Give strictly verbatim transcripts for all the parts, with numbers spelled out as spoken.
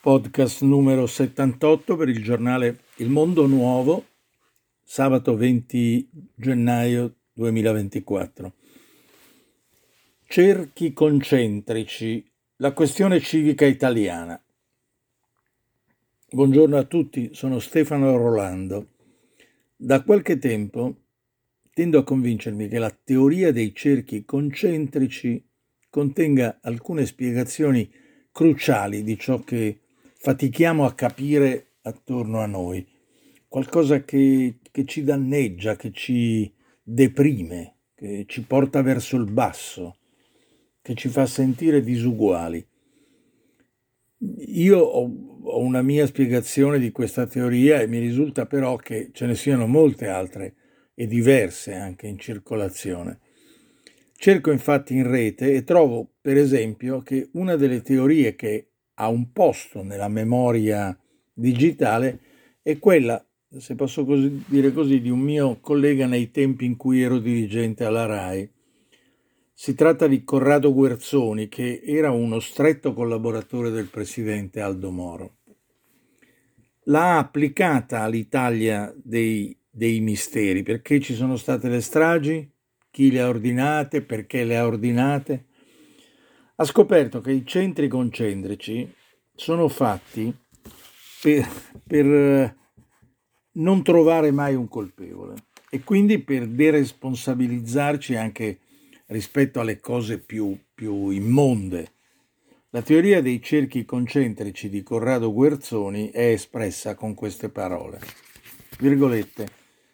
podcast numero settantotto per il giornale Il Mondo Nuovo, sabato venti gennaio duemilaventiquattro. Cerchi concentrici, la questione civica italiana. Buongiorno a tutti, sono Stefano Rolando. Da qualche tempo tendo a convincermi che la teoria dei cerchi concentrici contenga alcune spiegazioni cruciali di ciò che fatichiamo a capire attorno a noi, qualcosa che, che ci danneggia, che ci deprime, che ci porta verso il basso, che ci fa sentire disuguali. Io ho, ho una mia spiegazione di questa teoria e mi risulta però che ce ne siano molte altre e diverse anche in circolazione. Cerco infatti in rete e trovo, per esempio, che una delle teorie che ha un posto nella memoria digitale è quella, se posso così dire così, di un mio collega nei tempi in cui ero dirigente alla RAI. Si tratta di Corrado Guerzoni, che era uno stretto collaboratore del presidente Aldo Moro. L'ha applicata all'Italia dei, dei misteri, perché ci sono state le stragi, chi le ha ordinate, perché le ha ordinate. Ha scoperto che i centri concentrici sono fatti per, per non trovare mai un colpevole e quindi per deresponsabilizzarci anche rispetto alle cose più, più immonde. La teoria dei cerchi concentrici di Corrado Guerzoni è espressa con queste parole. Virgolette.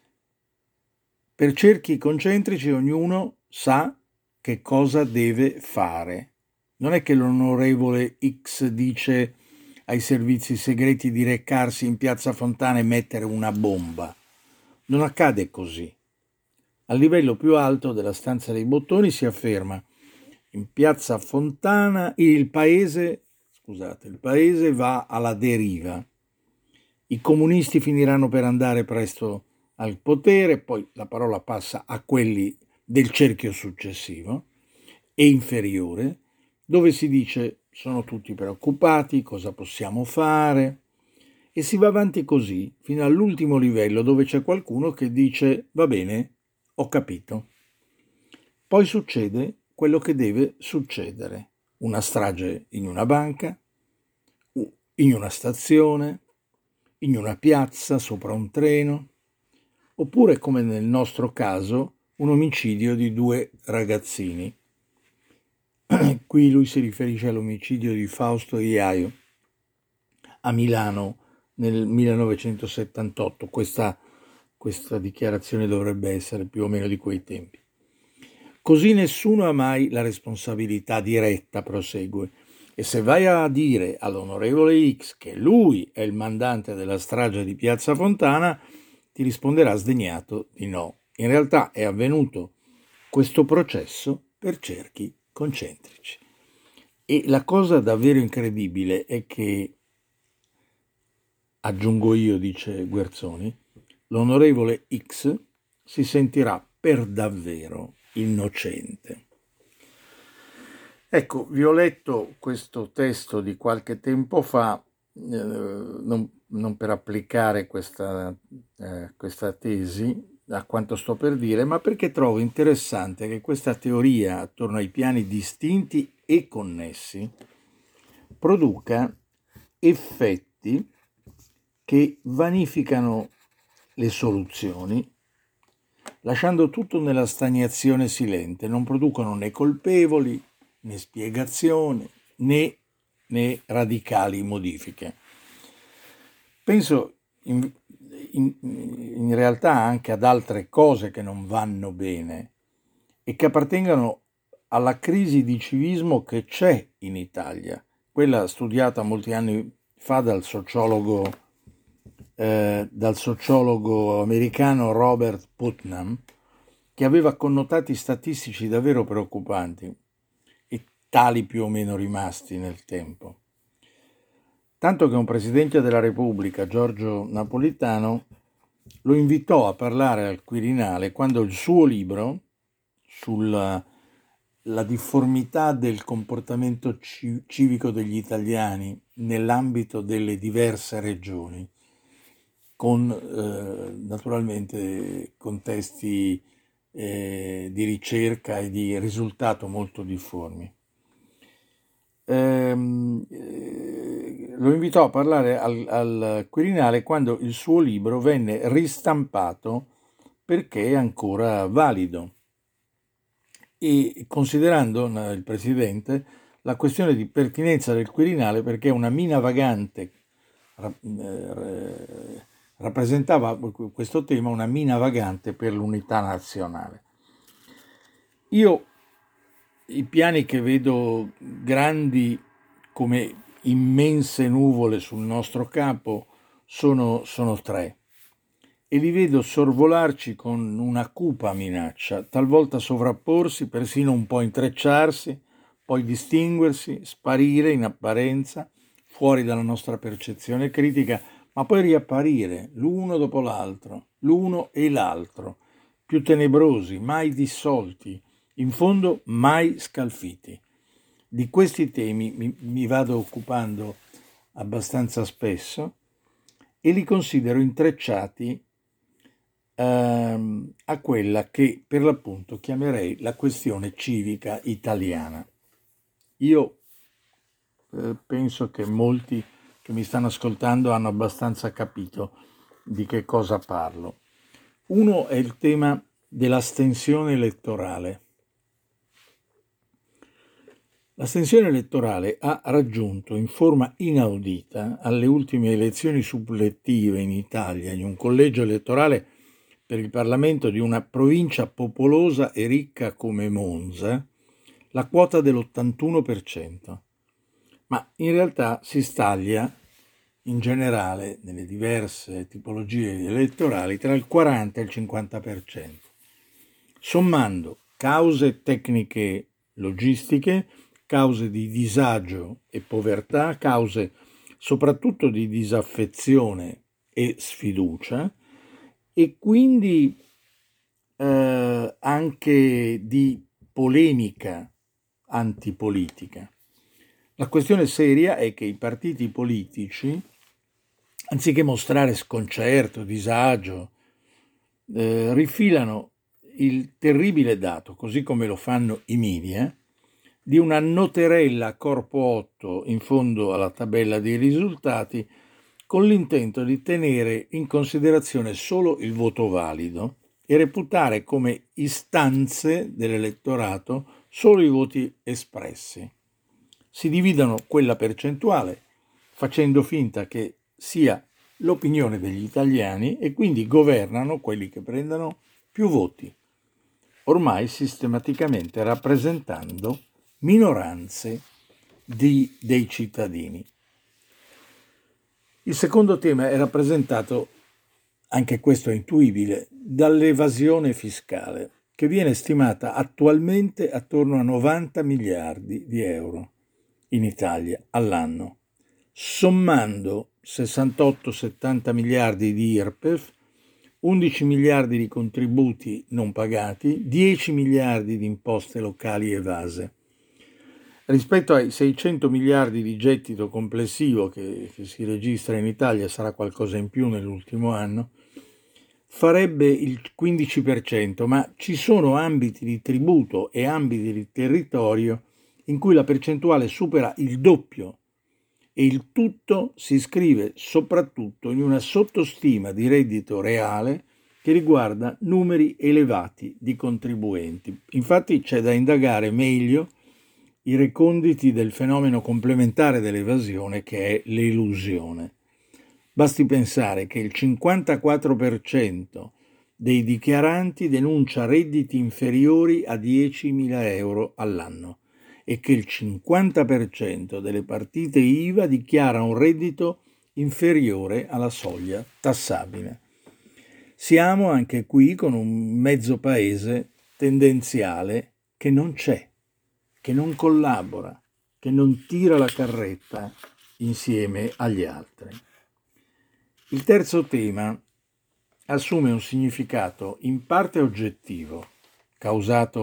Per cerchi concentrici ognuno sa che cosa deve fare. Non è che l'onorevole X dice ai servizi segreti di recarsi in Piazza Fontana e mettere una bomba. Non accade così. Al livello più alto della stanza dei bottoni si afferma: in Piazza Fontana il paese, scusate, il paese va alla deriva. I comunisti finiranno per andare presto al potere, poi la parola passa a quelli del cerchio successivo e inferiore, dove si dice sono tutti preoccupati, cosa possiamo fare? E si va avanti così fino all'ultimo livello dove c'è qualcuno che dice va bene, ho capito. Poi succede quello che deve succedere, una strage in una banca, in una stazione, in una piazza, sopra un treno, oppure come nel nostro caso un omicidio di due ragazzini. Qui lui si riferisce all'omicidio di Fausto e Iaio a Milano nel millenovecentosettantotto. Questa, questa dichiarazione dovrebbe essere più o meno di quei tempi. Così nessuno ha mai la responsabilità diretta, prosegue. E se vai a dire all'onorevole X che lui è il mandante della strage di Piazza Fontana, ti risponderà sdegnato di no. In realtà è avvenuto questo processo per cerchi concentrici. E la cosa davvero incredibile è che, aggiungo io, dice Guerzoni, l'onorevole X si sentirà per davvero innocente. Ecco, vi ho letto questo testo di qualche tempo fa, eh, non, non per applicare questa, eh, questa tesi a quanto sto per dire, ma perché trovo interessante che questa teoria attorno ai piani distinti e connessi produca effetti che vanificano le soluzioni, lasciando tutto nella stagnazione silente, non producono né colpevoli, né spiegazioni, né, né radicali modifiche. Penso in, in, in realtà anche ad altre cose che non vanno bene e che appartengono alla crisi di civismo che c'è in Italia, quella studiata molti anni fa dal sociologo, eh, dal sociologo americano Robert Putnam, che aveva connotati statistici davvero preoccupanti e tali più o meno rimasti nel tempo. Tanto che un presidente della Repubblica, Giorgio Napolitano, lo invitò a parlare al Quirinale quando il suo libro sul la difformità del comportamento ci- civico degli italiani nell'ambito delle diverse regioni, con eh, naturalmente contesti eh, di ricerca e di risultato molto difformi. Ehm, eh, lo invitò a parlare al, al Quirinale quando il suo libro venne ristampato perché è ancora valido e considerando eh, il Presidente la questione di pertinenza del Quirinale perché una mina vagante ra- eh, rappresentava questo tema una mina vagante per l'unità nazionale. Io i piani che vedo grandi come immense nuvole sul nostro capo sono, sono tre e li vedo sorvolarci con una cupa minaccia, talvolta sovrapporsi, persino un po' intrecciarsi, poi distinguersi, sparire in apparenza, fuori dalla nostra percezione critica, ma poi riapparire l'uno dopo l'altro, l'uno e l'altro, più tenebrosi, mai dissolti, in fondo mai scalfiti. Di questi temi mi, mi vado occupando abbastanza spesso e li considero intrecciati ehm, a quella che per l'appunto chiamerei la questione civica italiana. Io eh, penso che molti che mi stanno ascoltando hanno abbastanza capito di che cosa parlo. Uno è il tema dell'astensione elettorale. L'astensione elettorale ha raggiunto in forma inaudita alle ultime elezioni suppletive in Italia in un collegio elettorale per il Parlamento di una provincia popolosa e ricca come Monza la quota dell'ottantuno per cento, ma in realtà si staglia in generale nelle diverse tipologie elettorali tra il quaranta e il cinquanta per cento. Sommando cause tecniche logistiche, cause di disagio e povertà, cause soprattutto di disaffezione e sfiducia e quindi eh, anche di polemica antipolitica. La questione seria è che i partiti politici, anziché mostrare sconcerto, disagio, eh, rifilano il terribile dato, così come lo fanno i media, di una noterella a corpo otto in fondo alla tabella dei risultati con l'intento di tenere in considerazione solo il voto valido e reputare come istanze dell'elettorato solo i voti espressi. Si dividono quella percentuale facendo finta che sia l'opinione degli italiani e quindi governano quelli che prendono più voti, ormai sistematicamente rappresentando minoranze di, dei cittadini. Il secondo tema è rappresentato, anche questo è intuibile, dall'evasione fiscale, che viene stimata attualmente attorno a novanta miliardi di euro in Italia all'anno, sommando sessantotto settanta miliardi di I R P E F, undici miliardi di contributi non pagati, dieci miliardi di imposte locali evase. Rispetto ai seicento miliardi di gettito complessivo che, che si registra in Italia, sarà qualcosa in più nell'ultimo anno, farebbe il quindici per cento, ma ci sono ambiti di tributo e ambiti di territorio in cui la percentuale supera il doppio e il tutto si iscrive soprattutto in una sottostima di reddito reale che riguarda numeri elevati di contribuenti. Infatti c'è da indagare meglio i reconditi del fenomeno complementare dell'evasione che è l'elusione. Basti pensare che il cinquantaquattro per cento dei dichiaranti denuncia redditi inferiori a diecimila euro all'anno e che il cinquanta per cento delle partite I V A dichiara un reddito inferiore alla soglia tassabile. Siamo anche qui con un mezzo paese tendenziale che non c'è, che non collabora, che non tira la carretta insieme agli altri. Il terzo tema assume un significato in parte oggettivo, causato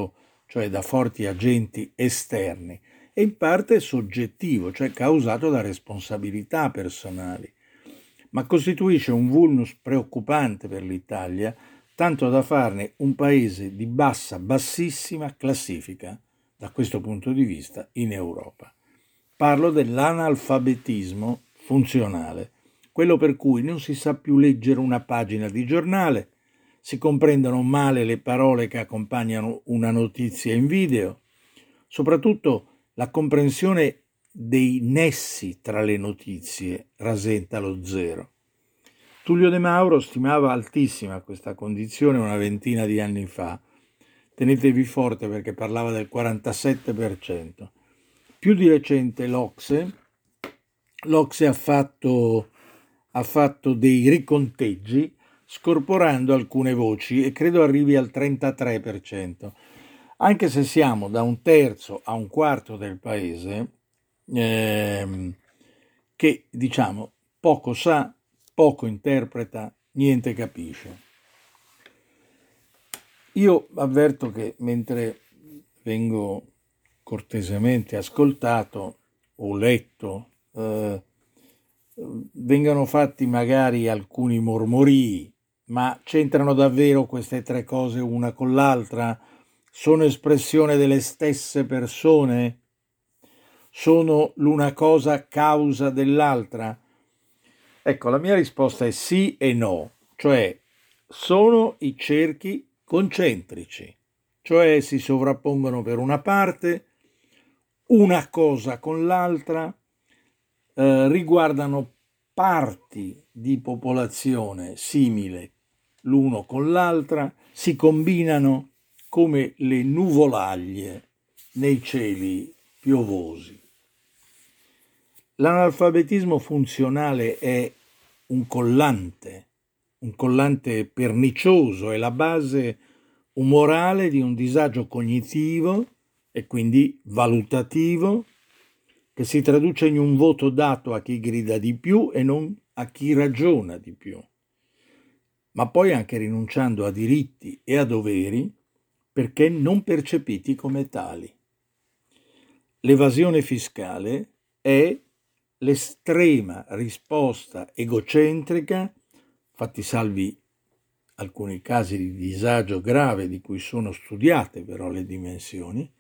cioè da forti agenti esterni, e in parte soggettivo, cioè causato da responsabilità personali, ma costituisce un vulnus preoccupante per l'Italia, tanto da farne un paese di bassa, bassissima classifica, da questo punto di vista, in Europa. Parlo dell'analfabetismo funzionale, quello per cui non si sa più leggere una pagina di giornale, si comprendono male le parole che accompagnano una notizia in video, soprattutto la comprensione dei nessi tra le notizie rasenta lo zero. Tullio De Mauro stimava altissima questa condizione una ventina di anni fa. Tenetevi forte perché parlava del quarantasette per cento. Più di recente l'Ocse, l'Ocse ha fatto, ha fatto dei riconteggi scorporando alcune voci e credo arrivi al trentatré per cento. Anche se siamo da un terzo a un quarto del paese ehm, che, diciamo, poco sa, poco interpreta, niente capisce. Io avverto che mentre vengo cortesemente ascoltato o letto, eh, vengano fatti magari alcuni mormorii, ma c'entrano davvero queste tre cose una con l'altra? Sono espressione delle stesse persone? Sono l'una cosa causa dell'altra? Ecco, la mia risposta è sì e no, cioè sono i cerchi concentrici, cioè si sovrappongono per una parte, una cosa con l'altra, eh, riguardano parti di popolazione simile l'uno con l'altra, si combinano come le nuvolaglie nei cieli piovosi. L'analfabetismo funzionale è un collante, un collante pernicioso, è la base umorale di un disagio cognitivo e quindi valutativo che si traduce in un voto dato a chi grida di più e non a chi ragiona di più, ma poi anche rinunciando a diritti e a doveri perché non percepiti come tali. L'evasione fiscale è l'estrema risposta egocentrica, fatti salvi alcuni casi di disagio grave di cui sono studiate però le dimensioni,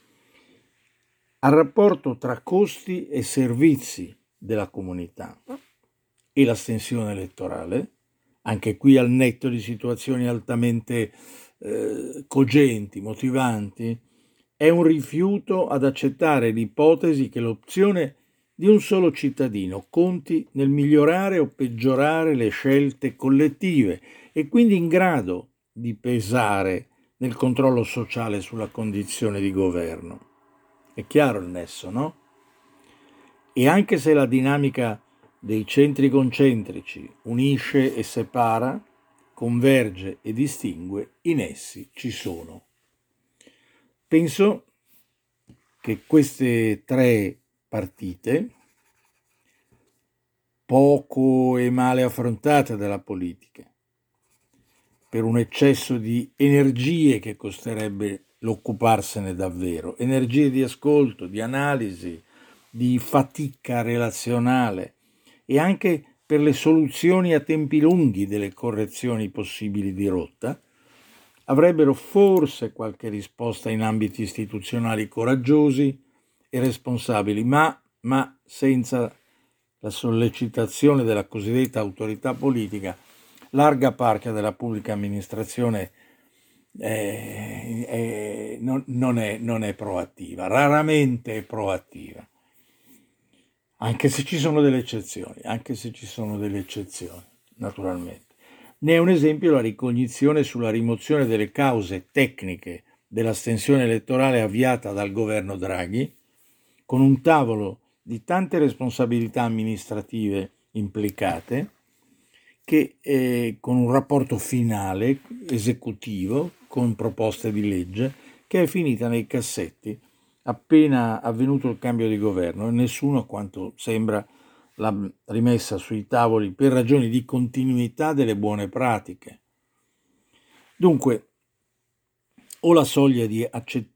al rapporto tra costi e servizi della comunità e l'astensione elettorale, anche qui al netto di situazioni altamente eh, cogenti, motivanti, è un rifiuto ad accettare l'ipotesi che l'opzione di un solo cittadino conti nel migliorare o peggiorare le scelte collettive e quindi in grado di pesare nel controllo sociale sulla condizione di governo. È chiaro il nesso, no? E anche se la dinamica dei centri concentrici unisce e separa, converge e distingue, i nessi ci sono. Penso che queste tre partite, poco e male affrontate dalla politica, per un eccesso di energie che costerebbe l'occuparsene davvero, energie di ascolto, di analisi, di fatica relazionale e anche per le soluzioni a tempi lunghi delle correzioni possibili di rotta, avrebbero forse qualche risposta in ambiti istituzionali coraggiosi e responsabili, ma, ma senza la sollecitazione della cosiddetta autorità politica, larga parte della pubblica amministrazione eh, eh, non, non, è, non è proattiva, raramente è proattiva, anche se ci sono delle eccezioni, anche se ci sono delle eccezioni, naturalmente. Ne è un esempio la ricognizione sulla rimozione delle cause tecniche dell'astensione elettorale avviata dal governo Draghi, con un tavolo di tante responsabilità amministrative implicate, che eh, con un rapporto finale esecutivo con proposte di legge che è finita nei cassetti appena avvenuto il cambio di governo e nessuno, a quanto sembra, l'ha rimessa sui tavoli per ragioni di continuità delle buone pratiche. Dunque, o la soglia di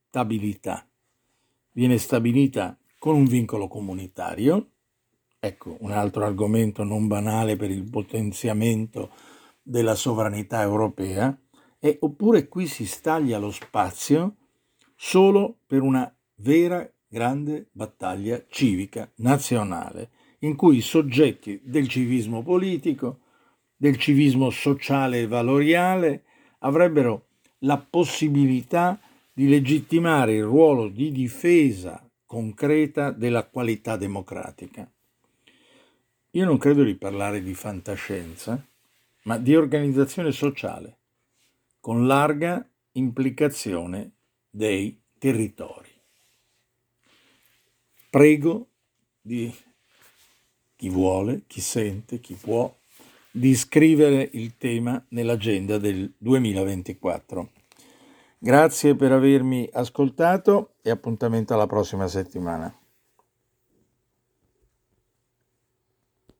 stabilità. Viene stabilita con un vincolo comunitario, ecco un altro argomento non banale per il potenziamento della sovranità europea, e oppure qui si staglia lo spazio solo per una vera grande battaglia civica nazionale, in cui i soggetti del civismo politico, del civismo sociale e valoriale avrebbero la possibilità di legittimare il ruolo di difesa concreta della qualità democratica. Io non credo di parlare di fantascienza, ma di organizzazione sociale, con larga implicazione dei territori. Prego di chi vuole, chi sente, chi può, di scrivere il tema nell'agenda del duemilaventiquattro. Grazie per avermi ascoltato e appuntamento alla prossima settimana.